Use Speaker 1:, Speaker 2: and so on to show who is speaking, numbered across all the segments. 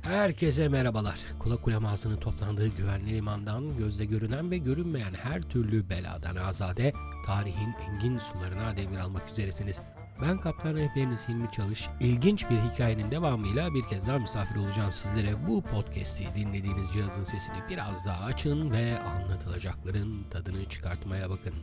Speaker 1: Herkese merhabalar. Kulak ulemasının toplandığı güvenli limandan, gözle görünen ve görünmeyen her türlü beladan azade, tarihin engin sularına demir almak üzeresiniz. Ben kaptan rehberiniz Hilmi Çalış. İlginç bir hikayenin devamıyla bir kez daha misafir olacağım sizlere. Bu podcast'i dinlediğiniz cihazın sesini biraz daha açın ve anlatılacakların tadını çıkartmaya bakın.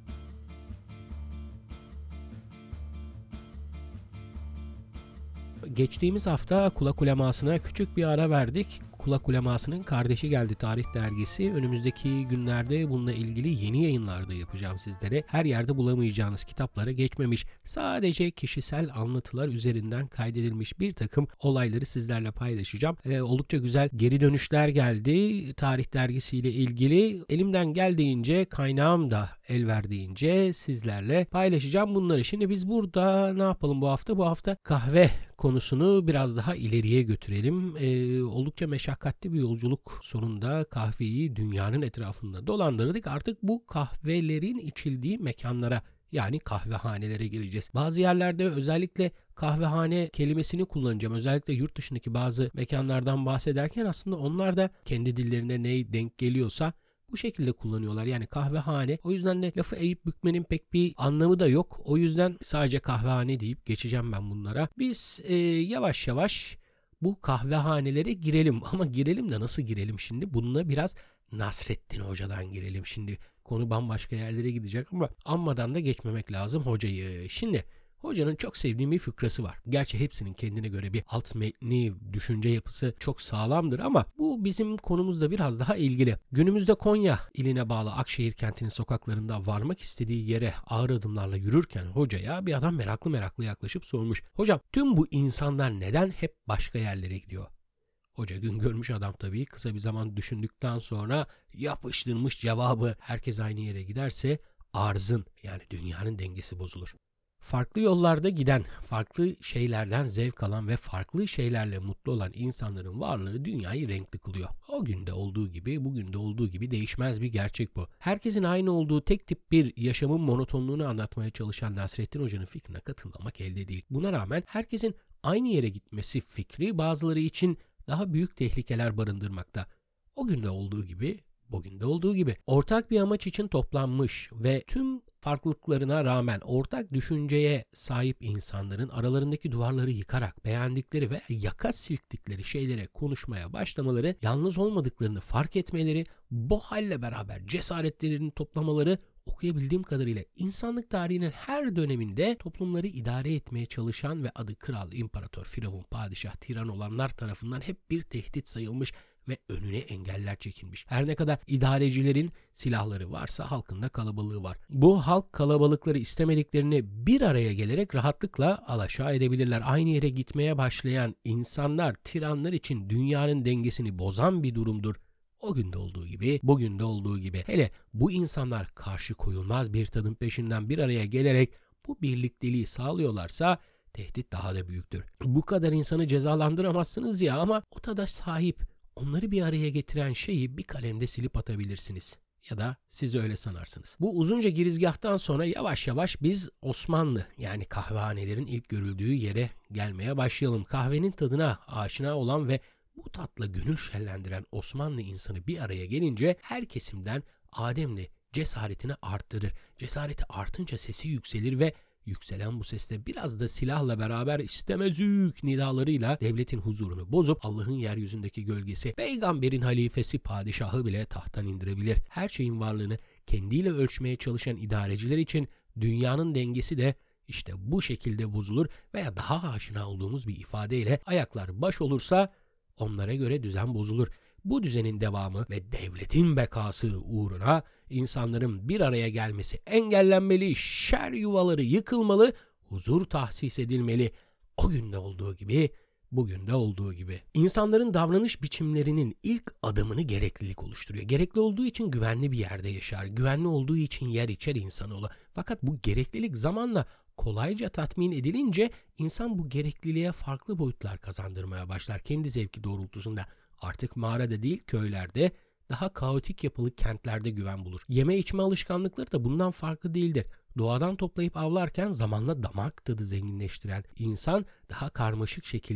Speaker 1: Geçtiğimiz hafta Kulak Uleması'na küçük bir ara verdik. Kulak Uleması'nın kardeşi geldi Tarih Dergisi. Önümüzdeki günlerde bununla ilgili yeni yayınlar da yapacağım sizlere. Her yerde bulamayacağınız kitaplara geçmemiş, sadece kişisel anlatılar üzerinden kaydedilmiş bir takım olayları sizlerle paylaşacağım. Oldukça güzel geri dönüşler geldi Tarih Dergisi ile ilgili. Elimden geldiğince, kaynağım da el verdiğince sizlerle paylaşacağım bunları. Şimdi biz burada ne yapalım bu hafta? Bu hafta kahve konusunu biraz daha ileriye götürelim. Oldukça meşakkatli bir yolculuk sonunda kahveyi dünyanın etrafında dolandırdık. Artık bu kahvelerin içildiği mekanlara, yani kahvehanelere geleceğiz. Bazı yerlerde özellikle kahvehane kelimesini kullanacağım. Özellikle yurt dışındaki bazı mekanlardan bahsederken aslında onlar da kendi dillerine ne denk geliyorsa bu şekilde kullanıyorlar. Yani kahvehane. O yüzden de lafı eğip bükmenin pek bir anlamı da yok. O yüzden sadece kahvehane deyip geçeceğim ben bunlara. Biz yavaş yavaş bu kahvehanelere girelim. Ama girelim de nasıl girelim şimdi? Bununla biraz Nasrettin Hoca'dan girelim. Şimdi konu bambaşka yerlere gidecek ama anmadan da geçmemek lazım hocayı. Şimdi hocanın çok sevdiğim bir fıkrası var. Gerçi hepsinin kendine göre bir alt metni, düşünce yapısı çok sağlamdır ama bu bizim konumuzla biraz daha ilgili. Günümüzde Konya iline bağlı Akşehir kentinin sokaklarında varmak istediği yere ağır adımlarla yürürken hocaya bir adam meraklı yaklaşıp sormuş. Hocam, tüm bu insanlar neden hep başka yerlere gidiyor? Hoca gün görmüş adam tabii, kısa bir zaman düşündükten sonra yapıştırmış cevabı: herkes aynı yere giderse arzın, yani dünyanın dengesi bozulur. Farklı yollarda giden, farklı şeylerden zevk alan ve farklı şeylerle mutlu olan insanların varlığı dünyayı renkli kılıyor. O günde olduğu gibi, bugün de olduğu gibi değişmez bir gerçek bu. Herkesin aynı olduğu tek tip bir yaşamın monotonluğunu anlatmaya çalışan Nasrettin Hoca'nın fikrine katılmamak elde değil. Buna rağmen herkesin aynı yere gitmesi fikri bazıları için daha büyük tehlikeler barındırmakta. O günde olduğu gibi, bugün de olduğu gibi. Ortak bir amaç için toplanmış ve tüm farklılıklarına rağmen ortak düşünceye sahip insanların aralarındaki duvarları yıkarak beğendikleri ve yaka silktikleri şeylere konuşmaya başlamaları, yalnız olmadıklarını fark etmeleri, bu halle beraber cesaretlerini toplamaları, okuyabildiğim kadarıyla insanlık tarihinin her döneminde toplumları idare etmeye çalışan ve adı kral, imparator, firavun, padişah, tiran olanlar tarafından hep bir tehdit sayılmış ve önüne engeller çekilmiş. Her ne kadar idarecilerin silahları varsa halkın da kalabalığı var. Bu halk kalabalıkları istemediklerini bir araya gelerek rahatlıkla alaşağı edebilirler. Aynı yere gitmeye başlayan insanlar tiranlar için dünyanın dengesini bozan bir durumdur. O günde olduğu gibi, bugün de olduğu gibi. Hele bu insanlar karşı koyulmaz bir tadın peşinden bir araya gelerek bu birlikteliği sağlıyorlarsa tehdit daha da büyüktür. Bu kadar insanı cezalandıramazsınız ya, ama o tada sahip, onları bir araya getiren şeyi bir kalemde silip atabilirsiniz. Ya da siz öyle sanarsınız. Bu uzunca girizgahtan sonra yavaş yavaş biz Osmanlı, yani kahvehanelerin ilk görüldüğü yere gelmeye başlayalım. Kahvenin tadına aşina olan ve bu tatla gönül şenlendiren Osmanlı insanı bir araya gelince her kesimden Adem'le cesaretini arttırır. Cesareti artınca sesi yükselir ve yükselen bu sesle biraz da silahla beraber istemezük nidalarıyla devletin huzurunu bozup Allah'ın yeryüzündeki gölgesi, peygamberin halifesi, padişahı bile tahttan indirebilir. Her şeyin varlığını kendiyle ölçmeye çalışan idareciler için dünyanın dengesi de işte bu şekilde bozulur veya daha aşina olduğumuz bir ifadeyle ayaklar baş olursa onlara göre düzen bozulur. Bu düzenin devamı ve devletin bekası uğruna insanların bir araya gelmesi engellenmeli, şer yuvaları yıkılmalı, huzur tahsis edilmeli. O günde olduğu gibi, bugün de olduğu gibi. İnsanların davranış biçimlerinin ilk adımını gereklilik oluşturuyor. Gerekli olduğu için güvenli bir yerde yaşar, güvenli olduğu için yer içer insanoğlu. Fakat bu gereklilik zamanla kolayca tatmin edilince insan bu gerekliliğe farklı boyutlar kazandırmaya başlar kendi zevki doğrultusunda. Artık mağarada değil, köylerde, daha kaotik yapılı kentlerde güven bulur. Yeme içme alışkanlıkları da bundan farklı değildir. Doğadan toplayıp avlarken zamanla damak tadı zenginleştiren insan daha karmaşık şekilde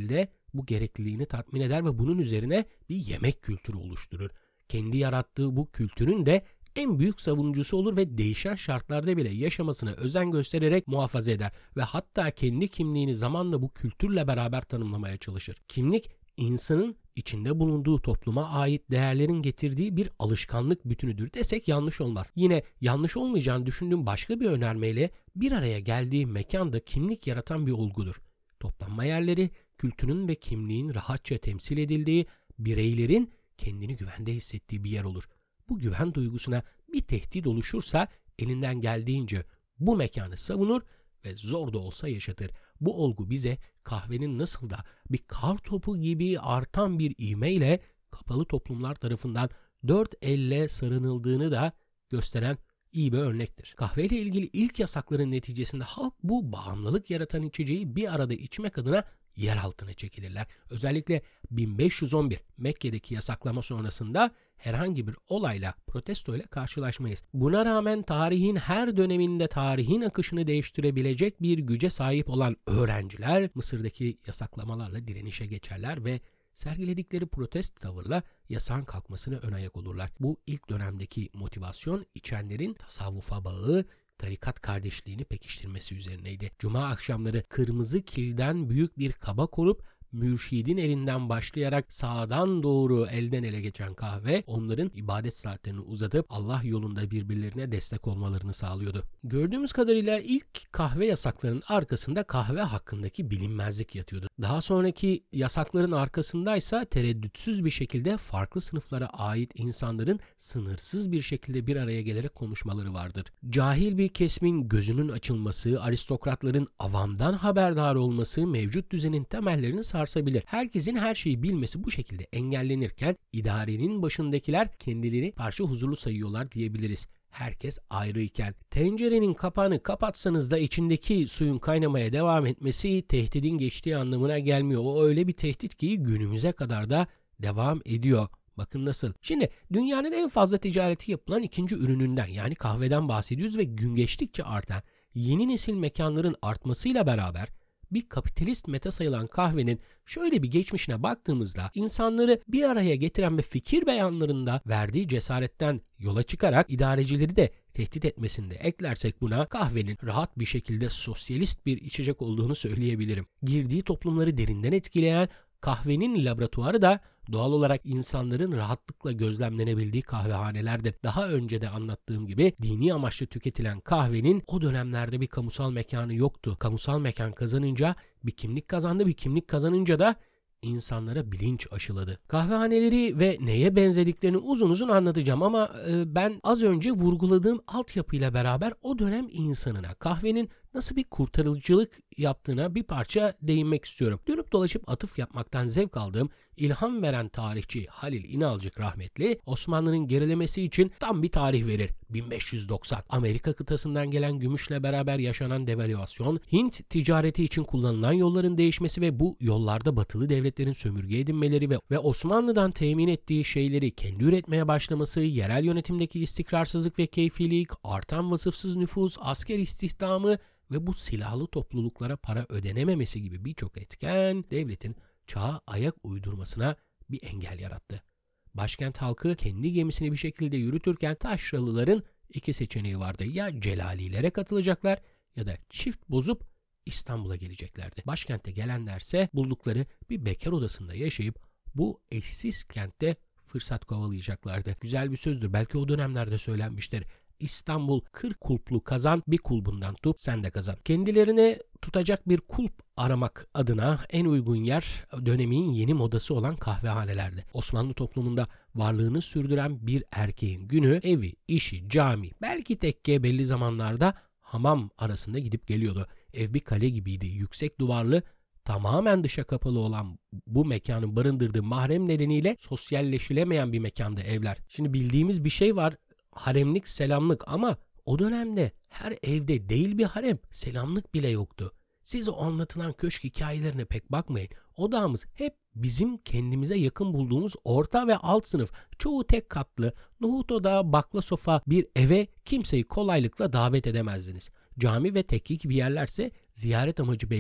Speaker 1: bu gerekliliğini tatmin eder ve bunun üzerine bir yemek kültürü oluşturur. Kendi yarattığı bu kültürün de en büyük savunucusu olur ve değişen şartlarda bile yaşamasına özen göstererek muhafaza eder ve hatta kendi kimliğini zamanla bu kültürle beraber tanımlamaya çalışır. Kimlik, insanın içinde bulunduğu topluma ait değerlerin getirdiği bir alışkanlık bütünüdür desek yanlış olmaz. Yine yanlış olmayacağını düşündüğüm başka bir önermeyle bir araya geldiği mekanda kimlik yaratan bir olgudur. Toplanma yerleri, kültürün ve kimliğin rahatça temsil edildiği, bireylerin kendini güvende hissettiği bir yer olur. Bu güven duygusuna bir tehdit oluşursa elinden geldiğince bu mekanı savunur ve zor da olsa yaşatır. Bu olgu bize kahvenin nasıl da bir kar topu gibi artan bir ivmeyle kapalı toplumlar tarafından dört elle sarınıldığını da gösteren iyi bir örnektir. Kahveyle ilgili ilk yasakların neticesinde halk bu bağımlılık yaratan içeceği bir arada içmek adına yer altına çekilirler. Özellikle 1511 Mekke'deki yasaklama sonrasında herhangi bir olayla, protestoyla karşılaşmayız. Buna rağmen tarihin her döneminde tarihin akışını değiştirebilecek bir güce sahip olan öğrenciler Mısır'daki yasaklamalarla direnişe geçerler ve sergiledikleri protest tavırla yasağın kalkmasına ön ayak olurlar. Bu ilk dönemdeki motivasyon içenlerin tasavvufa bağı, tarikat kardeşliğini pekiştirmesi üzerineydi. Cuma akşamları kırmızı kilden büyük bir kaba konup mürşidin elinden başlayarak sağdan doğru elden ele geçen kahve onların ibadet saatlerini uzatıp Allah yolunda birbirlerine destek olmalarını sağlıyordu. Gördüğümüz kadarıyla ilk kahve yasaklarının arkasında kahve hakkındaki bilinmezlik yatıyordu. Daha sonraki yasakların arkasındaysa tereddütsüz bir şekilde farklı sınıflara ait insanların sınırsız bir şekilde bir araya gelerek konuşmaları vardır. Cahil bir kesimin gözünün açılması, aristokratların avamdan haberdar olması mevcut düzenin temellerini sarsabilir. Herkesin her şeyi bilmesi bu şekilde engellenirken idarenin başındakiler kendileri parça huzurlu sayıyorlar diyebiliriz. Herkes ayrıyken tencerenin kapağını kapatsanız da içindeki suyun kaynamaya devam etmesi tehdidin geçtiği anlamına gelmiyor. O öyle bir tehdit ki günümüze kadar da devam ediyor. Bakın nasıl. Şimdi dünyanın en fazla ticareti yapılan ikinci ürününden yani kahveden bahsediyoruz ve gün geçtikçe artan yeni nesil mekanların artmasıyla beraber bir kapitalist meta sayılan kahvenin şöyle bir geçmişine baktığımızda insanları bir araya getiren ve fikir beyanlarında verdiği cesaretten yola çıkarak idarecileri de tehdit etmesinde eklersek buna kahvenin rahat bir şekilde sosyalist bir içecek olduğunu söyleyebilirim. Girdiği toplumları derinden etkileyen kahvenin laboratuvarı da doğal olarak insanların rahatlıkla gözlemlenebildiği kahvehanelerdir. Daha önce de anlattığım gibi dini amaçlı tüketilen kahvenin o dönemlerde bir kamusal mekanı yoktu. Kamusal mekan kazanınca bir kimlik kazandı, bir kimlik kazanınca da insanlara bilinç aşıladı. Kahvehaneleri ve neye benzediklerini uzun uzun anlatacağım ama ben az önce vurguladığım altyapıyla beraber o dönem insanına kahvenin nasıl bir kurtarıcılık yaptığına bir parça değinmek istiyorum. Dönüp dolaşıp atıf yapmaktan zevk aldığım ilham veren tarihçi Halil İnalcık rahmetli Osmanlı'nın gerilemesi için tam bir tarih verir. 1590. Amerika kıtasından gelen gümüşle beraber yaşanan devalüasyon, Hint ticareti için kullanılan yolların değişmesi ve bu yollarda batılı devletlerin sömürge edinmeleri ve Osmanlı'dan temin ettiği şeyleri kendi üretmeye başlaması, yerel yönetimdeki istikrarsızlık ve keyfilik, artan vasıfsız nüfus, asker istihdamı ve bu silahlı topluluklara para ödenememesi gibi birçok etken devletin çağa ayak uydurmasına bir engel yarattı. Başkent halkı kendi gemisini bir şekilde yürütürken Taşralıların iki seçeneği vardı. Ya Celalilere katılacaklar ya da çift bozup İstanbul'a geleceklerdi. Başkente gelenlerse buldukları bir bekar odasında yaşayıp bu eşsiz kentte fırsat kovalayacaklardı. Güzel bir sözdür. Belki o dönemlerde söylenmiştir. İstanbul 40 kulplu kazan, bir kulbundan tut sen de kazan. Kendilerine tutacak bir kulp aramak adına en uygun yer dönemin yeni modası olan kahvehanelerdi. Osmanlı toplumunda varlığını sürdüren bir erkeğin günü evi, işi, cami, belki tekke belli zamanlarda hamam arasında gidip geliyordu. Ev bir kale gibiydi. Yüksek duvarlı, tamamen dışa kapalı olan bu mekanın barındırdığı mahrem nedeniyle sosyalleşilemeyen bir mekanda evler. Şimdi bildiğimiz bir şey var. Haremlik, selamlık ama o dönemde her evde değil bir harem, selamlık bile yoktu. Siz o anlatılan köşk hikayelerine pek bakmayın. Odamız hep bizim kendimize yakın bulduğumuz orta ve alt sınıf, çoğu tek katlı, nohut odağı, bakla sofa bir eve kimseyi kolaylıkla davet edemezdiniz. Cami ve tekke gibi yerlerse ziyaret amacı belli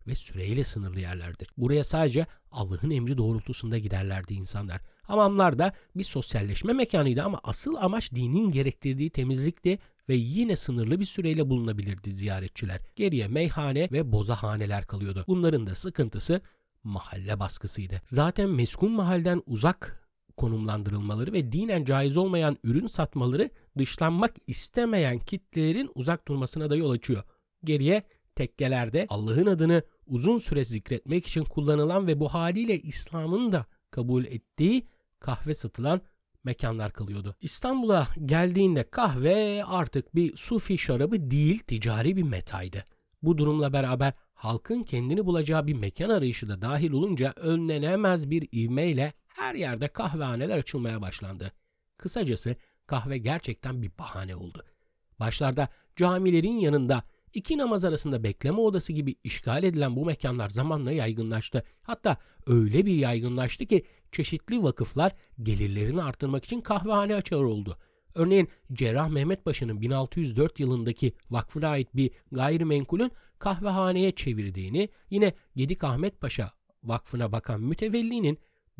Speaker 1: ve süreyle sınırlı yerlerdir. Buraya sadece Allah'ın emri doğrultusunda giderlerdi insanlar. Hamamlar da bir sosyalleşme mekanıydı ama asıl amaç dinin gerektirdiği temizlikti ve yine sınırlı bir süreyle bulunabilirdi ziyaretçiler. Geriye meyhane ve bozahaneler kalıyordu. Bunların da sıkıntısı mahalle baskısıydı. Zaten meskun mahalleden uzak konumlandırılmaları ve dinen caiz olmayan ürün satmaları dışlanmak istemeyen kitlelerin uzak durmasına da yol açıyor. Geriye tekkelerde Allah'ın adını uzun süre zikretmek için kullanılan ve bu haliyle İslam'ın da kabul ettiği kahve satılan mekanlar kalıyordu. İstanbul'a geldiğinde kahve artık bir sufi şarabı değil, ticari bir metaydı. Bu durumla beraber halkın kendini bulacağı bir mekan arayışı da dahil olunca önlenemez bir ivmeyle her yerde kahvehaneler açılmaya başlandı. Kısacası kahve gerçekten bir bahane oldu. Başlarda camilerin yanında iki namaz arasında bekleme odası gibi işgal edilen bu mekanlar zamanla yaygınlaştı. Hatta öyle bir yaygınlaştı ki çeşitli vakıflar gelirlerini artırmak için kahvehane açar oldu. Örneğin Cerrah Mehmet Paşa'nın 1604 yılındaki vakfına ait bir gayrimenkulün kahvehaneye çevirdiğini, yine Gedik Ahmet Paşa Vakfı'na bakan mütevellinin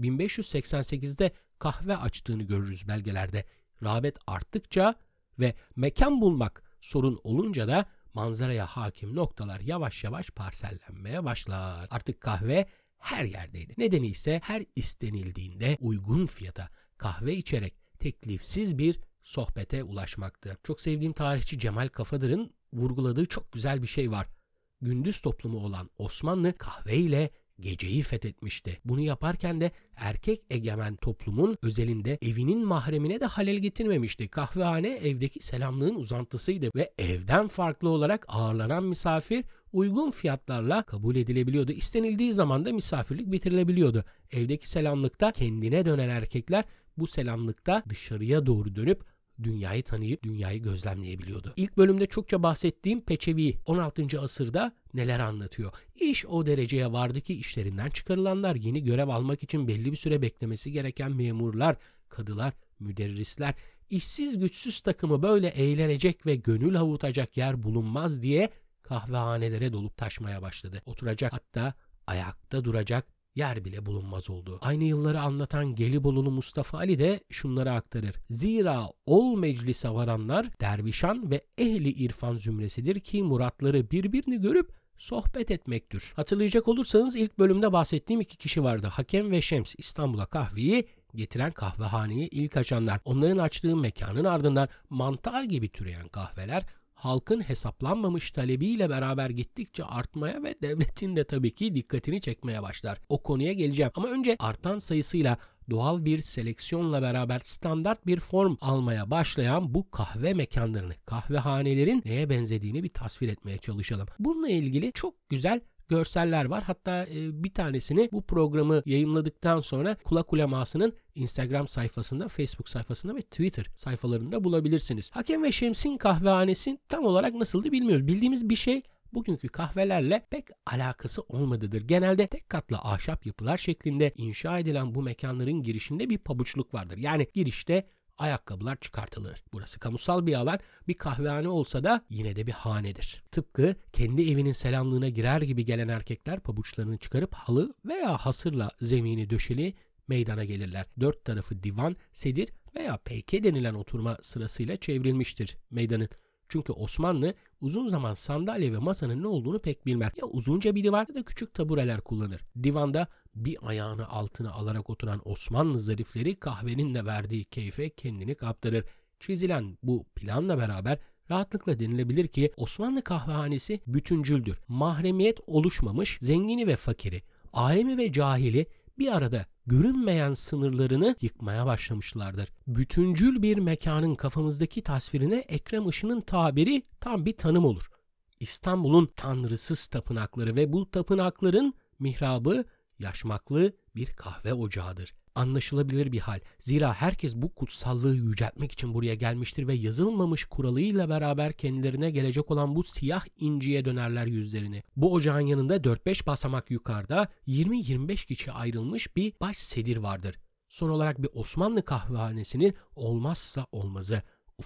Speaker 1: 1588'de kahve açtığını görürüz belgelerde. Rağbet arttıkça ve mekan bulmak sorun olunca da manzaraya hakim noktalar yavaş yavaş parsellenmeye başlar. Artık kahve her yerdeydi. Nedeni ise her istenildiğinde uygun fiyata kahve içerek teklifsiz bir sohbete ulaşmaktı. Çok sevdiğim tarihçi Cemal Kafadır'ın vurguladığı çok güzel bir şey var. Gündüz toplumu olan Osmanlı kahve ile geceyi fethetmişti. Bunu yaparken de erkek egemen toplumun özelinde evinin mahremine de halel getirmemişti. Kahvehane evdeki selamlığın uzantısıydı ve evden farklı olarak ağırlanan misafir uygun fiyatlarla kabul edilebiliyordu. İstenildiği zaman da misafirlik bitirilebiliyordu. Evdeki selamlıkta kendine dönen erkekler bu selamlıkta dışarıya doğru dönüp dünyayı tanıyıp dünyayı gözlemleyebiliyordu. İlk bölümde çokça bahsettiğim Peçevi 16. asırda neler anlatıyor? İş o dereceye vardı ki işlerinden çıkarılanlar, yeni görev almak için belli bir süre beklemesi gereken memurlar, kadılar, müderrisler, işsiz güçsüz takımı böyle eğlenecek ve gönül avutacak yer bulunmaz diye kahvehanelere dolup taşmaya başladı. Oturacak, hatta ayakta duracak yer bile bulunmaz oldu. Aynı yılları anlatan Gelibolulu Mustafa Ali de şunları aktarır. Zira ol meclise varanlar dervişan ve ehli irfan zümresidir ki muratları birbirini görüp sohbet etmektir. Hatırlayacak olursanız ilk bölümde bahsettiğim iki kişi vardı. Hakem ve Şems, İstanbul'a kahveyi getiren kahvehaneyi ilk açanlar. Onların açtığı mekanın ardından mantar gibi türeyen kahveler halkın hesaplanmamış talebiyle beraber gittikçe artmaya ve devletin de tabii ki dikkatini çekmeye başlar. O konuya geleceğim ama önce artan sayısıyla doğal bir seleksiyonla beraber standart bir form almaya başlayan bu kahve mekanlarını, kahvehanelerin neye benzediğini bir tasvir etmeye çalışalım. Bununla ilgili çok güzel görseller var. Hatta bir tanesini bu programı yayınladıktan sonra Kulak Uleması'nın Instagram sayfasında, Facebook sayfasında ve Twitter sayfalarında bulabilirsiniz. Hakem ve Şems'in kahvehanesi tam olarak nasıldı bilmiyoruz. Bildiğimiz bir şey bugünkü kahvelerle pek alakası olmadığıdır. Genelde tek katlı ahşap yapılar şeklinde inşa edilen bu mekanların girişinde bir pabuçluk vardır. Yani girişte ayakkabılar çıkartılır. Burası kamusal bir alan, bir kahvehane olsa da yine de bir hanedir. Tıpkı kendi evinin selamlığına girer gibi gelen erkekler pabuçlarını çıkarıp halı veya hasırla zemini döşeli meydana gelirler. Dört tarafı divan, sedir veya peyke denilen oturma sırasıyla çevrilmiştir meydanın. Çünkü Osmanlı uzun zaman sandalye ve masanın ne olduğunu pek bilmez. Ya uzunca bir divan ya da küçük tabureler kullanır. Divanda bir ayağını altına alarak oturan Osmanlı zarifleri kahvenin de verdiği keyfe kendini kaptırır. Çizilen bu planla beraber rahatlıkla denilebilir ki Osmanlı kahvehanesi bütüncüldür. Mahremiyet oluşmamış, zengini ve fakiri, alemi ve cahili bir arada görünmeyen sınırlarını yıkmaya başlamışlardır. Bütüncül bir mekanın kafamızdaki tasvirine Ekrem Işın'ın tabiri tam bir tanım olur. İstanbul'un tanrısız tapınakları ve bu tapınakların mihrabı yaşmaklı bir kahve ocağıdır. Anlaşılabilir bir hal. Zira herkes bu kutsallığı yüceltmek için buraya gelmiştir ve yazılmamış kuralıyla beraber kendilerine gelecek olan bu siyah inciye dönerler yüzlerini. Bu ocağın yanında 4-5 basamak yukarıda 20-25 kişi ayrılmış bir baş sedir vardır. Son olarak bir Osmanlı kahvehanesinin olmazsa olmazı ufak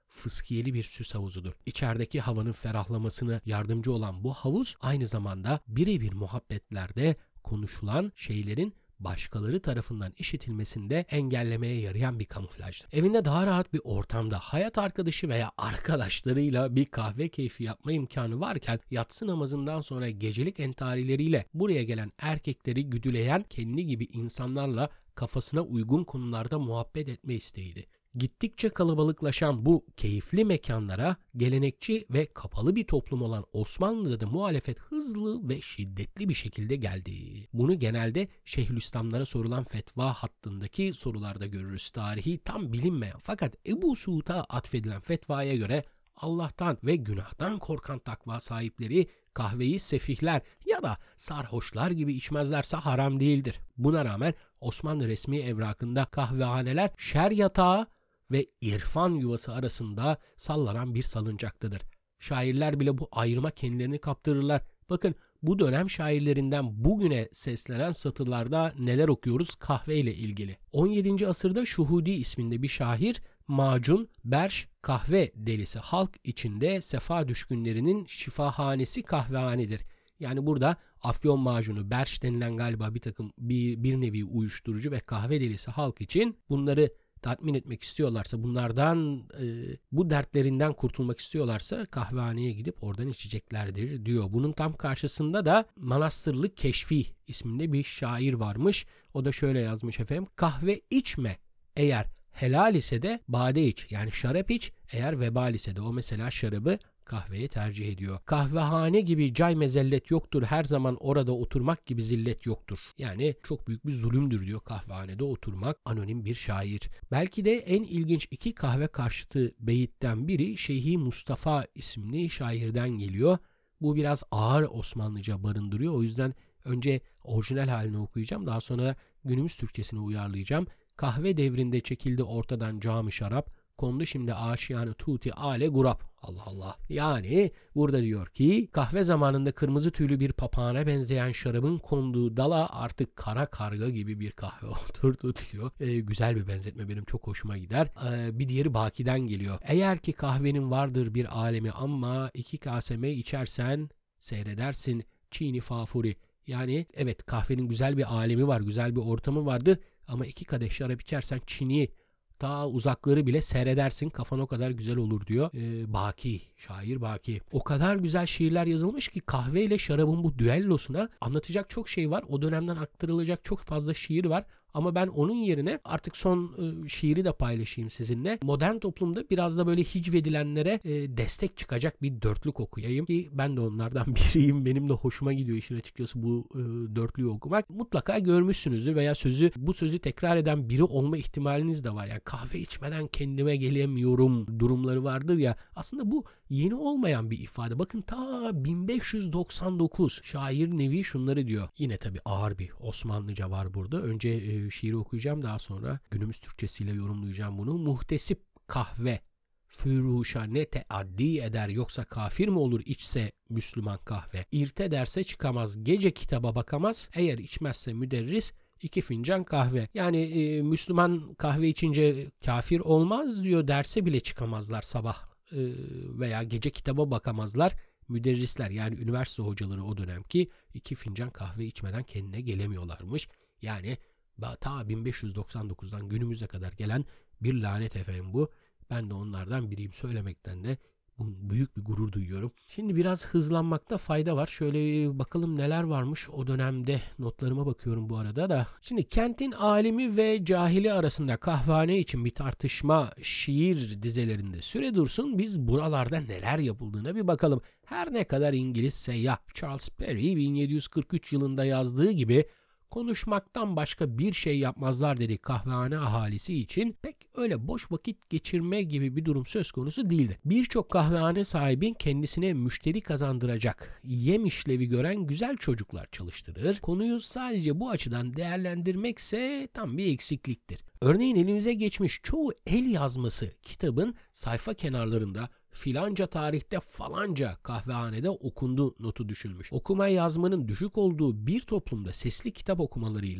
Speaker 1: fıskiyeli bir süs havuzudur. İçerideki havanın ferahlamasına yardımcı olan bu havuz aynı zamanda birebir muhabbetlerde konuşulan şeylerin başkaları tarafından işitilmesinde engellemeye yarayan bir kamuflajdır. Evinde daha rahat bir ortamda hayat arkadaşı veya arkadaşlarıyla bir kahve keyfi yapma imkanı varken yatsı namazından sonra gecelik entarileriyle buraya gelen erkekleri güdüleyen kendi gibi insanlarla kafasına uygun konularda muhabbet etme isteğiydi. Gittikçe kalabalıklaşan bu keyifli mekanlara gelenekçi ve kapalı bir toplum olan Osmanlı'da da muhalefet hızlı ve şiddetli bir şekilde geldi. Bunu genelde Şeyhülislamlara sorulan fetva hattındaki sorularda görürüz. Tarihi tam bilinmeyen fakat Ebu Suud'a atfedilen fetvaya göre Allah'tan ve günahtan korkan takva sahipleri kahveyi sefihler ya da sarhoşlar gibi içmezlerse haram değildir. Buna rağmen Osmanlı resmi evrakında kahvehaneler şer yatağı ve irfan yuvası arasında sallanan bir salıncaktadır. Şairler bile bu ayrıma kendilerini kaptırırlar. Bakın bu dönem şairlerinden bugüne seslenen satırlarda neler okuyoruz kahve ile ilgili. 17. asırda Şuhudi isminde bir şair macun, berş, kahve delisi halk içinde sefa düşkünlerinin şifahanesi kahvehanedir. Yani burada afyon macunu, berş denilen galiba bir nevi uyuşturucu ve kahve delisi halk için bunları tatmin etmek istiyorlarsa, bunlardan bu dertlerinden kurtulmak istiyorlarsa kahvehaneye gidip oradan içeceklerdir diyor. Bunun tam karşısında da Manastırlı Keşfi isminde bir şair varmış. O da şöyle yazmış efendim. Kahve içme eğer helal ise de bade iç, yani şarap iç, eğer vebal ise de. O mesela şarabı kahveye tercih ediyor. Kahvehane gibi cay mezellet yoktur, her zaman orada oturmak gibi zillet yoktur. Yani çok büyük bir zulümdür diyor kahvehanede oturmak. Anonim bir şair. Belki de en ilginç iki kahve karşıtı beyitten biri Şeyhi Mustafa isimli şairden geliyor. Bu biraz ağır Osmanlıca barındırıyor. O yüzden önce orijinal halini okuyacağım. Daha sonra günümüz Türkçesine uyarlayacağım. Kahve devrinde çekildi ortadan cam-ı şarap, kondu şimdi aşiyanı tuti ale gurap. Allah Allah. Yani burada diyor ki kahve zamanında kırmızı tüylü bir papağana benzeyen şarabın konduğu dala artık kara karga gibi bir kahve oturdu diyor. Güzel bir benzetme, benim çok hoşuma gider. Bir diğeri Baki'den geliyor. Eğer ki kahvenin vardır bir alemi ama iki kaseme içersen seyredersin çiğni fafuri. Yani evet, kahvenin güzel bir alemi var, güzel bir ortamı vardır ama iki kadeh şarap içersen Çin'i daha uzakları bile seyredersin, kafan o kadar güzel olur diyor. Baki, şair Baki. O kadar güzel şiirler yazılmış ki kahve ile şarabın bu düellosuna anlatacak çok şey var. O dönemden aktarılacak çok fazla şiir var. Ama ben onun yerine artık son şiiri de paylaşayım sizinle. Modern toplumda biraz da böyle hicvedilenlere destek çıkacak bir dörtlük okuyayım ki ben de onlardan biriyim. Benim de hoşuma gidiyor işin açıkçası bu dörtlüğü okumak. Mutlaka görmüşsünüzdür veya bu sözü tekrar eden biri olma ihtimaliniz de var. Yani kahve içmeden kendime gelemiyorum durumları vardır ya. Aslında bu yeni olmayan bir ifade. Bakın ta 1599 şair Nevi şunları diyor. Yine tabii ağır bir Osmanlıca var burada. Önce şiiri okuyacağım, daha sonra günümüz Türkçesiyle yorumlayacağım bunu. Muhtesip kahve füruşa ne teaddi eder, yoksa kafir mi olur içse Müslüman kahve? İrte derse çıkamaz, gece kitaba bakamaz, eğer içmezse müderris 2 fincan kahve. Yani Müslüman kahve içince kafir olmaz diyor, derse bile çıkamazlar sabah veya gece kitaba bakamazlar. Müderrisler, yani üniversite hocaları o dönemki 2 fincan kahve içmeden kendine gelemiyorlarmış. Yani ta 1599'dan günümüze kadar gelen bir lanet efendim bu. Ben de onlardan biriyim, söylemekten de büyük bir gurur duyuyorum. Şimdi biraz hızlanmakta fayda var. Şöyle bakalım neler varmış o dönemde. Notlarıma bakıyorum bu arada da. Şimdi kentin alimi ve cahili arasında kahvehane için bir tartışma şiir dizelerinde süre dursun. Biz buralarda neler yapıldığına bir bakalım. Her ne kadar İngiliz seyyah Charles Perry 1743 yılında yazdığı gibi konuşmaktan başka bir şey yapmazlar dedi kahvehane ahalisi için, pek öyle boş vakit geçirme gibi bir durum söz konusu değildi. Birçok kahvehane sahibi kendisine müşteri kazandıracak yem işlevi gören güzel çocuklar çalıştırır. Konuyu sadece bu açıdan değerlendirmekse tam bir eksikliktir. Örneğin elimize geçmiş çoğu el yazması kitabın sayfa kenarlarında filanca tarihte falanca kahvehanede okundu notu düşülmüş. Okuma yazmanın düşük olduğu bir toplumda sesli kitap okumalarıyla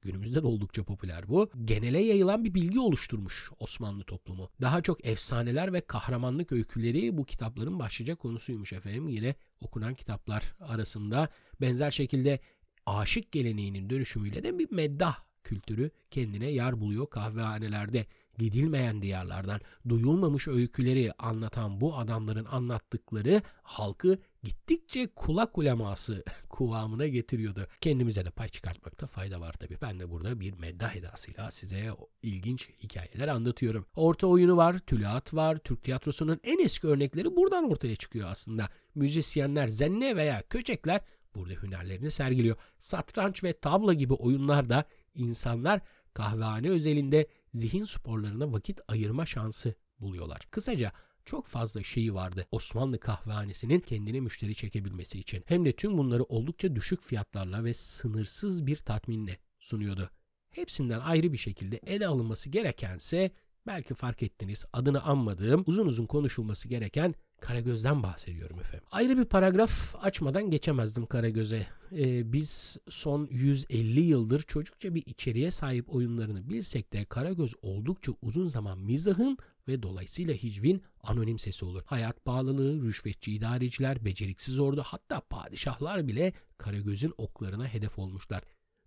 Speaker 1: Günümüzde de oldukça popüler bu. Genele yayılan bir bilgi oluşturmuş Osmanlı toplumu. Daha çok efsaneler ve kahramanlık öyküleri bu kitapların başlıca konusuymuş efendim. Yine okunan kitaplar arasında benzer şekilde aşık geleneğinin dönüşümüyle de bir meddah kültürü kendine yer buluyor kahvehanelerde. Gidilmeyen diyarlardan duyulmamış öyküleri anlatan bu adamların anlattıkları halkı gittikçe kulak uleması kıvamına getiriyordu. Kendimize de pay çıkartmakta fayda var tabii. Ben de burada bir meddah edasıyla size ilginç hikayeler anlatıyorum. Orta oyunu var, tülaat var. Türk tiyatrosunun en eski örnekleri buradan ortaya çıkıyor aslında. Müzisyenler, zenne veya köçekler burada hünerlerini sergiliyor. Satranç ve tavla gibi oyunlarda insanlar kahvehane özelinde zihin sporlarına vakit ayırma şansı buluyorlar. Kısaca çok fazla şeyi vardı Osmanlı kahvehanesinin kendine müşteri çekebilmesi için. Hem de tüm bunları oldukça düşük fiyatlarla ve sınırsız bir tatminle sunuyordu. Hepsinden ayrı bir şekilde ele alınması gerekense belki fark ettiniz adını anmadığım uzun uzun konuşulması gereken Karagöz'den bahsediyorum efendim. Ayrı bir paragraf açmadan geçemezdim Karagöz'e. Biz son 150 yıldır çocukça bir içeriğe sahip oyunlarını bilsek de Karagöz oldukça uzun zaman mizahın ve dolayısıyla hicvin anonim sesi olur. Hayat pahalılığı, rüşvetçi idareciler, beceriksiz ordu hatta padişahlar bile Karagöz'ün oklarına hedef olmuşlar.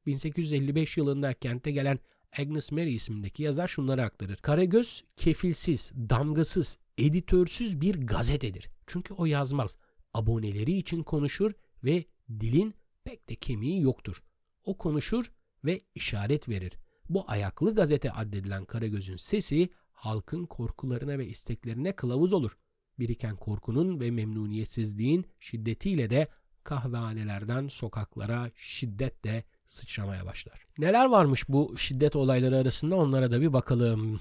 Speaker 1: 1855 yılında kente gelen Agnes Mary isimdeki yazar şunları aktarır. Karagöz kefilsiz, damgasız, editörsüz bir gazetedir. Çünkü o yazmaz. Aboneleri için konuşur ve dilin pek de kemiği yoktur. O konuşur ve işaret verir. Bu ayaklı gazete addedilen Karagöz'ün sesi halkın korkularına ve isteklerine kılavuz olur. Biriken korkunun ve memnuniyetsizliğin şiddetiyle de kahvehanelerden sokaklara şiddetle sıçramaya başlar. Neler varmış bu şiddet olayları arasında onlara da bir bakalım.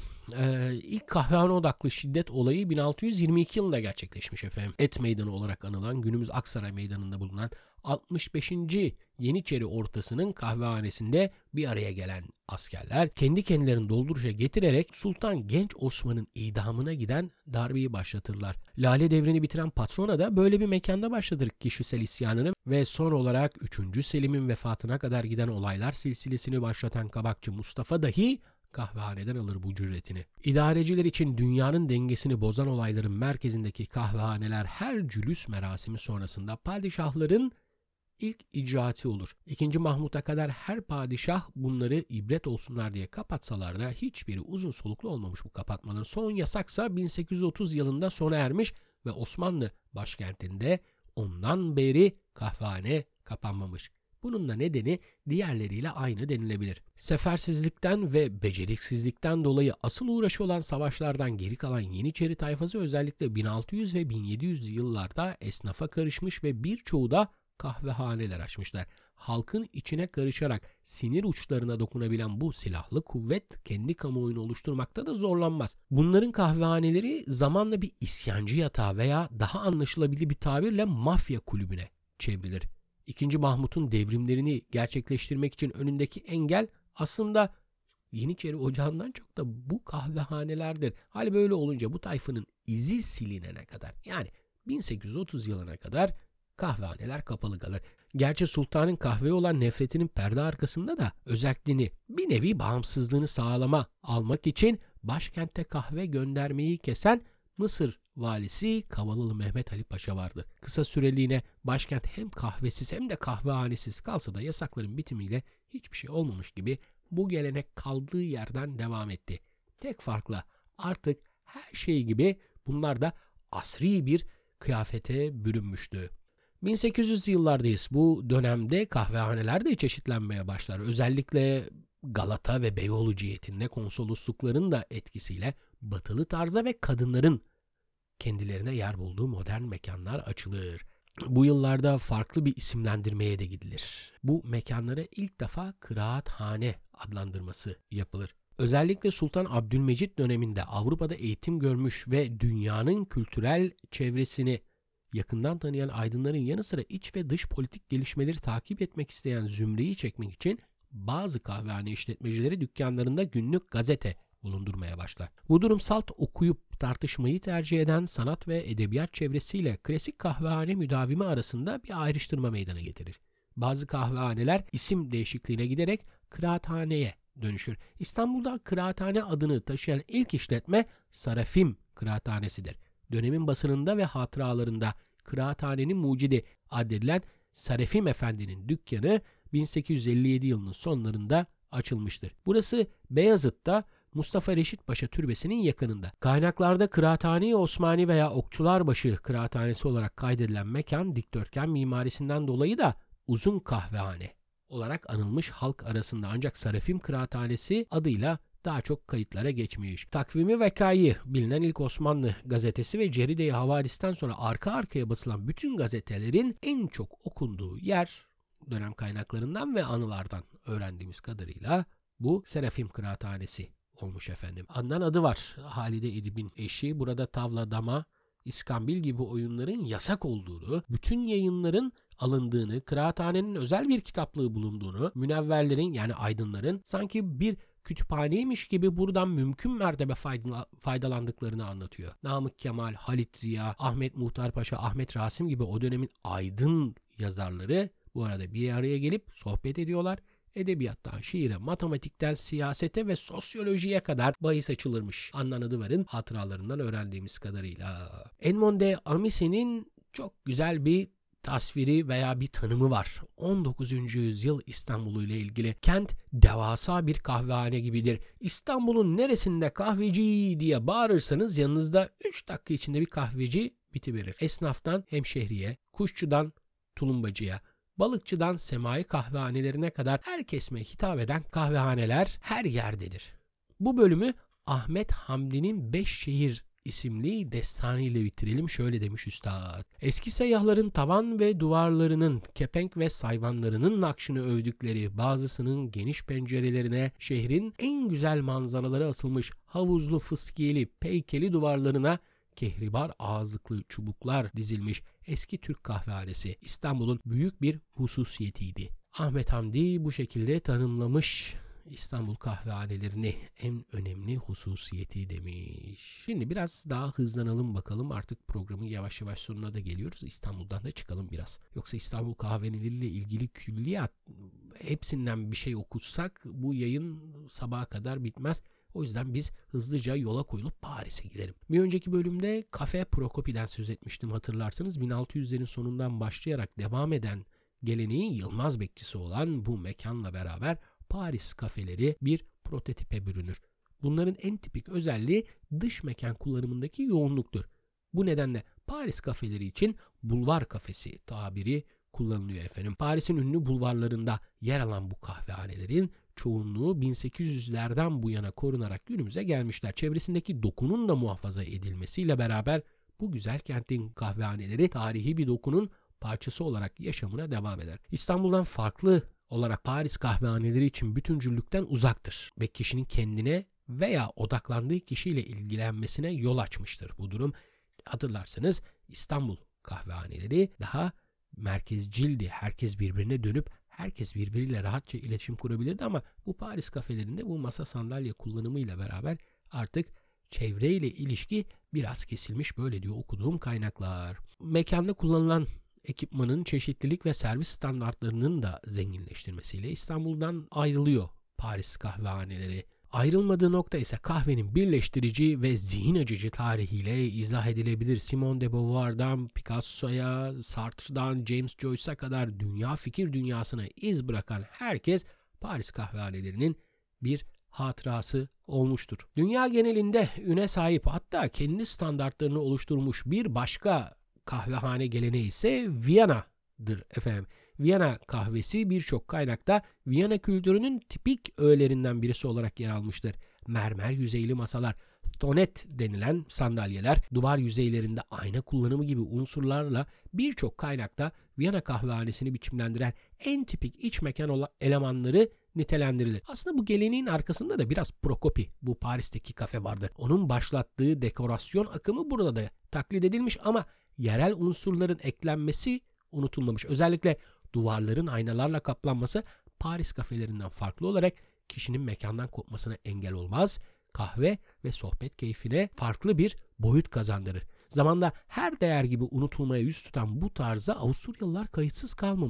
Speaker 1: İlk kahvehane odaklı şiddet olayı 1622 yılında gerçekleşmiş efendim. Et Meydanı olarak anılan günümüz Aksaray Meydanı'nda bulunan 65. Yeniçeri ortasının kahvehanesinde bir araya gelen askerler kendi kendilerini dolduruşa getirerek Sultan Genç Osman'ın idamına giden darbeyi başlatırlar. Lale devrini bitiren patrona da böyle bir mekanda başlatır kişisel isyanını ve son olarak 3. Selim'in vefatına kadar giden olaylar silsilesini başlatan kabakçı Mustafa dahi kahvehaneden alır bu cüretini. İdareciler için dünyanın dengesini bozan olayların merkezindeki kahvehaneler her cülüs merasimi sonrasında padişahların ilk icraatı olur. 2. Mahmut'a kadar her padişah bunları ibret olsunlar diye kapatsalar da hiçbiri uzun soluklu olmamış bu kapatmanın. Son yasaksa 1830 yılında sona ermiş ve Osmanlı başkentinde ondan beri kahvehane kapanmamış. Bunun da nedeni diğerleriyle aynı denilebilir. Sefersizlikten ve beceriksizlikten dolayı asıl uğraşı olan savaşlardan geri kalan Yeniçeri tayfası özellikle 1600 ve 1700 yıllarda esnafa karışmış ve birçoğu da kahvehaneler açmışlar. Halkın içine karışarak sinir uçlarına dokunabilen bu silahlı kuvvet kendi kamuoyunu oluşturmakta da zorlanmaz. Bunların kahvehaneleri zamanla bir isyancı yatağı veya daha anlaşılabilir bir tabirle mafya kulübüne çevrilir. 2. Mahmut'un devrimlerini gerçekleştirmek için önündeki engel aslında Yeniçeri Ocağı'ndan çok da bu kahvehanelerdir. Hal böyle olunca bu tayfanın izi silinene kadar yani 1830 yılına kadar kahvehaneler kapalı kalır. Gerçi sultanın kahveye olan nefretinin perde arkasında da özelliğini bir nevi bağımsızlığını almak için başkente kahve göndermeyi kesen Mısır valisi Kavalalı Mehmet Ali Paşa vardı. Kısa süreliğine başkent hem kahvesiz hem de kahvehanesiz kalsa da yasakların bitimiyle hiçbir şey olmamış gibi bu gelenek kaldığı yerden devam etti. Tek farkla artık her şey gibi bunlar da asri bir kıyafete bürünmüştü. 1800 yıllardayız. Bu dönemde kahvehaneler de çeşitlenmeye başlar. Özellikle Galata ve Beyoğlu cihetinde konsoloslukların da etkisiyle batılı tarzda ve kadınların kendilerine yer bulduğu modern mekanlar açılır. Bu yıllarda farklı bir isimlendirmeye de gidilir. Bu mekanlara ilk defa kıraathane adlandırması yapılır. Özellikle Sultan Abdülmecit döneminde Avrupa'da eğitim görmüş ve dünyanın kültürel çevresini yakından tanıyan aydınların yanı sıra iç ve dış politik gelişmeleri takip etmek isteyen zümreyi çekmek için bazı kahvehane işletmecileri dükkanlarında günlük gazete bulundurmaya başlar. Bu durum salt okuyup tartışmayı tercih eden sanat ve edebiyat çevresiyle klasik kahvehane müdavimi arasında bir ayrıştırma meydana getirir. Bazı kahvehaneler isim değişikliğine giderek kıraathaneye dönüşür. İstanbul'da kıraathane adını taşıyan ilk işletme Sarafim Kıraathanesi'dir. Dönemin basınında ve hatıralarında kıraathanenin mucidi addedilen Sarafim Efendi'nin dükkanı 1857 yılının sonlarında açılmıştır. Burası Beyazıt'ta Mustafa Reşit Paşa Türbesi'nin yakınında. Kaynaklarda Kıraathane-i Osmani veya Okçularbaşı Kıraathanesi olarak kaydedilen mekan dikdörtgen mimarisinden dolayı da Uzun Kahvehane olarak anılmış halk arasında, ancak Sarafim Kıraathanesi adıyla daha çok kayıtlara geçmiş. Takvimi Vekayı bilinen ilk Osmanlı gazetesi ve Ceride-i Havadis'ten sonra arka arkaya basılan bütün gazetelerin en çok okunduğu yer, dönem kaynaklarından ve anılardan öğrendiğimiz kadarıyla bu Sarafim Kıraathanesi olmuş efendim. Adnan adı var. Halide Edip'in eşi. Burada tavla, dama, iskambil gibi oyunların yasak olduğunu, bütün yayınların alındığını, kıraathanenin özel bir kitaplığı bulunduğunu, münevverlerin yani aydınların sanki bir kütüphaneymiş gibi buradan mümkün mertebe faydalandıklarını anlatıyor. Namık Kemal, Halit Ziya, Ahmet Muhtar Paşa, Ahmet Rasim gibi o dönemin aydın yazarları bu arada bir araya gelip sohbet ediyorlar. Edebiyattan şiire, matematikten siyasete ve sosyolojiye kadar bahis açılırmış. Adnan Adıvar'ın hatıralarından öğrendiğimiz kadarıyla. Edmond de Amice'nin çok güzel bir tasviri veya bir tanımı var. 19. yüzyıl İstanbul'u ile ilgili. Kent devasa bir kahvehane gibidir. İstanbul'un neresinde kahveci diye bağırırsanız yanınızda 3 dakika içinde bir kahveci bitiverir. Esnaftan hemşehriye, kuşçudan tulumbacıya, balıkçıdan semai kahvehanelerine kadar her kesime hitap eden kahvehaneler her yerdedir. Bu bölümü Ahmet Hamdi'nin 5 Şehir isimli destanıyla bitirelim. Şöyle demiş üstad. Eski seyyahların tavan ve duvarlarının, kepenk ve sayvanlarının nakşını övdükleri, bazısının geniş pencerelerine şehrin en güzel manzaraları asılmış havuzlu fıskiyeli peykeli duvarlarına kehribar ağızlıklı çubuklar dizilmiş eski Türk kahvehanesi İstanbul'un büyük bir hususiyetiydi. Ahmet Hamdi bu şekilde tanımlamış İstanbul kahvehanelerini, en önemli hususiyeti demiş. Şimdi biraz daha hızlanalım bakalım. Artık programın yavaş yavaş sonuna da geliyoruz. İstanbul'dan da çıkalım biraz. Yoksa İstanbul kahvehaneleriyle ilgili külliyat hepsinden bir şey okutsak bu yayın sabaha kadar bitmez. O yüzden biz hızlıca yola koyulup Paris'e gidelim. Bir önceki bölümde Cafe Procopi'den söz etmiştim hatırlarsanız. 1600'lerin sonundan başlayarak devam eden geleneğin Yılmaz bekçisi olan bu mekanla beraber Paris kafeleri bir prototipe bürünür. Bunların en tipik özelliği dış mekan kullanımındaki yoğunluktur. Bu nedenle Paris kafeleri için bulvar kafesi tabiri kullanılıyor efendim. Paris'in ünlü bulvarlarında yer alan bu kahvehanelerin çoğunluğu 1800'lerden bu yana korunarak günümüze gelmişler. Çevresindeki dokunun da muhafaza edilmesiyle beraber bu güzel kentin kahvehaneleri tarihi bir dokunun parçası olarak yaşamına devam eder. İstanbul'dan farklı olarak Paris kahvehaneleri için bütüncüllükten uzaktır ve kişinin kendine veya odaklandığı kişiyle ilgilenmesine yol açmıştır. Bu durum hatırlarsanız İstanbul kahvehaneleri daha merkezcildi. Herkes birbirine dönüp herkes birbiriyle rahatça iletişim kurabilirdi ama bu Paris kafelerinde bu masa sandalye kullanımıyla beraber artık çevreyle ilişki biraz kesilmiş, böyle diyor okuduğum kaynaklar. Mekanda kullanılan ekipmanın çeşitlilik ve servis standartlarının da zenginleştirmesiyle İstanbul'dan ayrılıyor Paris kahvehaneleri. Ayrılmadığı nokta ise kahvenin birleştirici ve zihin açıcı tarihiyle izah edilebilir. Simone de Beauvoir'dan Picasso'ya, Sartre'dan James Joyce'a kadar dünya fikir dünyasına iz bırakan herkes Paris kahvehanelerinin bir hatırası olmuştur. Dünya genelinde üne sahip, hatta kendi standartlarını oluşturmuş bir başka kahvehane geleneği ise Viyana'dır efendim. Viyana kahvesi birçok kaynakta Viyana kültürünün tipik öğelerinden birisi olarak yer almıştır. Mermer yüzeyli masalar, tonet denilen sandalyeler, duvar yüzeylerinde ayna kullanımı gibi unsurlarla birçok kaynakta Viyana kahvehanesini biçimlendiren en tipik iç mekan elemanları nitelendirilir. Aslında bu geleneğin arkasında da biraz Procopi, bu Paris'teki kafe vardır. Onun başlattığı dekorasyon akımı burada da taklit edilmiş ama yerel unsurların eklenmesi unutulmamış. Özellikle duvarların aynalarla kaplanması Paris kafelerinden farklı olarak kişinin mekandan kopmasına engel olmaz. Kahve ve sohbet keyfine farklı bir boyut kazandırır. Zamanla her değer gibi unutulmaya yüz tutan bu tarza Avusturyalılar kayıtsız kalmamış.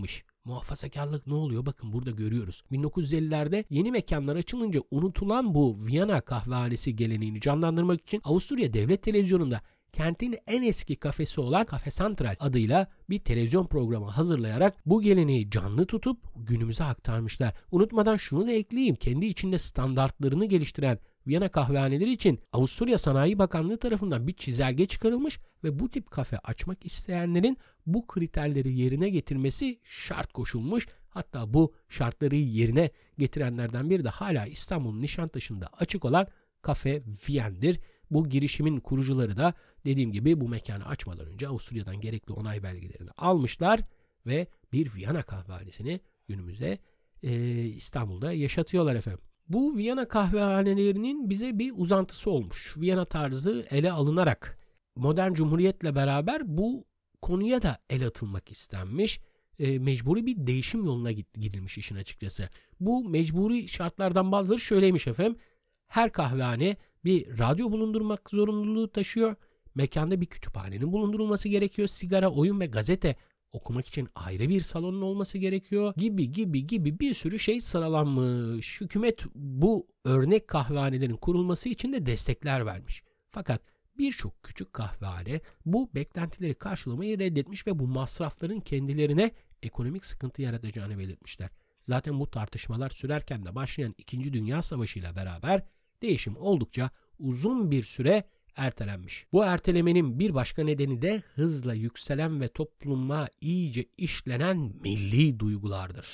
Speaker 1: Muhafazakarlık ne oluyor? Bakın burada görüyoruz. 1950'lerde yeni mekanlar açılınca unutulan bu Viyana kahvehanesi geleneğini canlandırmak için Avusturya Devlet Televizyonu'nda kentin en eski kafesi olan Cafe Central adıyla bir televizyon programı hazırlayarak bu geleneği canlı tutup günümüze aktarmışlar. Unutmadan şunu da ekleyeyim. Kendi içinde standartlarını geliştiren Viyana kahvehaneleri için Avusturya Sanayi Bakanlığı tarafından bir çizelge çıkarılmış ve bu tip kafe açmak isteyenlerin bu kriterleri yerine getirmesi şart koşulmuş. Hatta bu şartları yerine getirenlerden biri de hala İstanbul'un Nişantaşı'nda açık olan Cafe Viyen'dir. Bu girişimin kurucuları da dediğim gibi bu mekanı açmadan önce Avusturya'dan gerekli onay belgelerini almışlar ve bir Viyana kahvehanesini günümüzde İstanbul'da yaşatıyorlar efendim. Bu Viyana kahvehanelerinin bize bir uzantısı olmuş. Viyana tarzı ele alınarak modern cumhuriyetle beraber bu konuya da el atılmak istenmiş. Mecburi bir değişim yoluna gidilmiş işin açıkçası. Bu mecburi şartlardan bazıları şöyleymiş efendim. Her kahvehane bir radyo bulundurmak zorunluluğu taşıyor. Mekanda bir kütüphanenin bulundurulması gerekiyor. Sigara, oyun ve gazete okumak için ayrı bir salonun olması gerekiyor. Gibi bir sürü şey sıralanmış. Hükümet bu örnek kahvehanelerin kurulması için de destekler vermiş. Fakat birçok küçük kahvehane bu beklentileri karşılamayı reddetmiş ve bu masrafların kendilerine ekonomik sıkıntı yaratacağını belirtmişler. Zaten bu tartışmalar sürerken de başlayan 2. Dünya Savaşı ile beraber değişim oldukça uzun bir süre ertelenmiş. Bu ertelemenin bir başka nedeni de hızla yükselen ve topluma iyice işlenen milli duygulardır.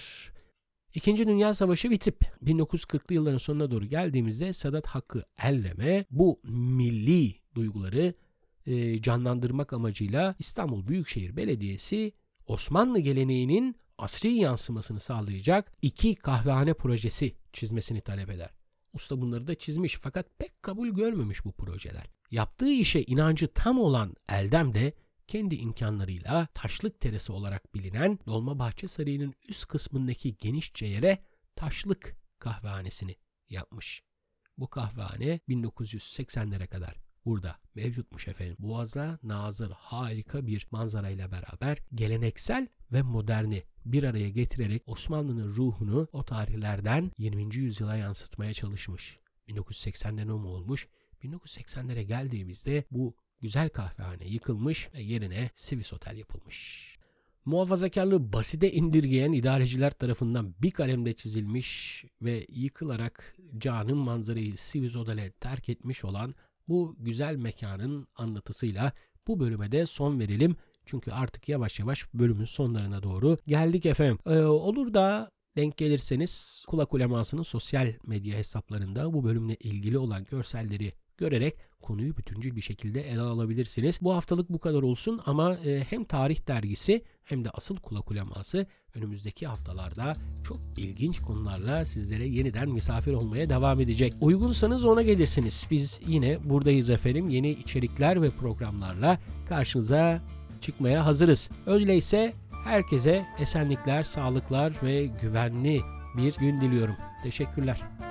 Speaker 1: İkinci Dünya Savaşı bitip 1940'lı yılların sonuna doğru geldiğimizde Sedat Hakkı Erlem'e bu milli duyguları canlandırmak amacıyla İstanbul Büyükşehir Belediyesi Osmanlı geleneğinin asri yansımasını sağlayacak 2 kahvehane projesi çizmesini talep eder. Usta bunları da çizmiş fakat pek kabul görmemiş bu projeler. Yaptığı işe inancı tam olan Eldem de kendi imkanlarıyla Taşlık Terası olarak bilinen Dolmabahçe Sarayı'nın üst kısmındaki genişçe yere Taşlık kahvehanesini yapmış. Bu kahvehane 1980'lere kadar burada mevcutmuş efendim. Boğaz'a nazır harika bir manzarayla beraber geleneksel ve moderni bir araya getirerek Osmanlı'nın ruhunu o tarihlerden 20. yüzyıla yansıtmaya çalışmış. 1980'de ne olmuş? 1980'lere geldiğimizde bu güzel kahvehane yıkılmış ve yerine Swiss Otel yapılmış. Muhafazakarlığı basite indirgeyen idareciler tarafından bir kalemde çizilmiş ve yıkılarak canım manzarayı Swiss Otel'e terk etmiş olan bu güzel mekanın anlatısıyla bu bölüme de son verelim. Çünkü artık yavaş yavaş bölümün sonlarına doğru geldik efendim. Olur da denk gelirseniz Kulak Uleması'nın sosyal medya hesaplarında bu bölümle ilgili olan görselleri görerek konuyu bütüncül bir şekilde ele alabilirsiniz. Bu haftalık bu kadar olsun ama hem Tarih Dergisi hem de asıl Kulak Uleması önümüzdeki haftalarda çok ilginç konularla sizlere yeniden misafir olmaya devam edecek. Uygunsanız ona gelirsiniz. Biz yine buradayız efendim. Yeni içerikler ve programlarla karşınıza çıkmaya hazırız. Öyleyse herkese esenlikler, sağlıklar ve güvenli bir gün diliyorum. Teşekkürler.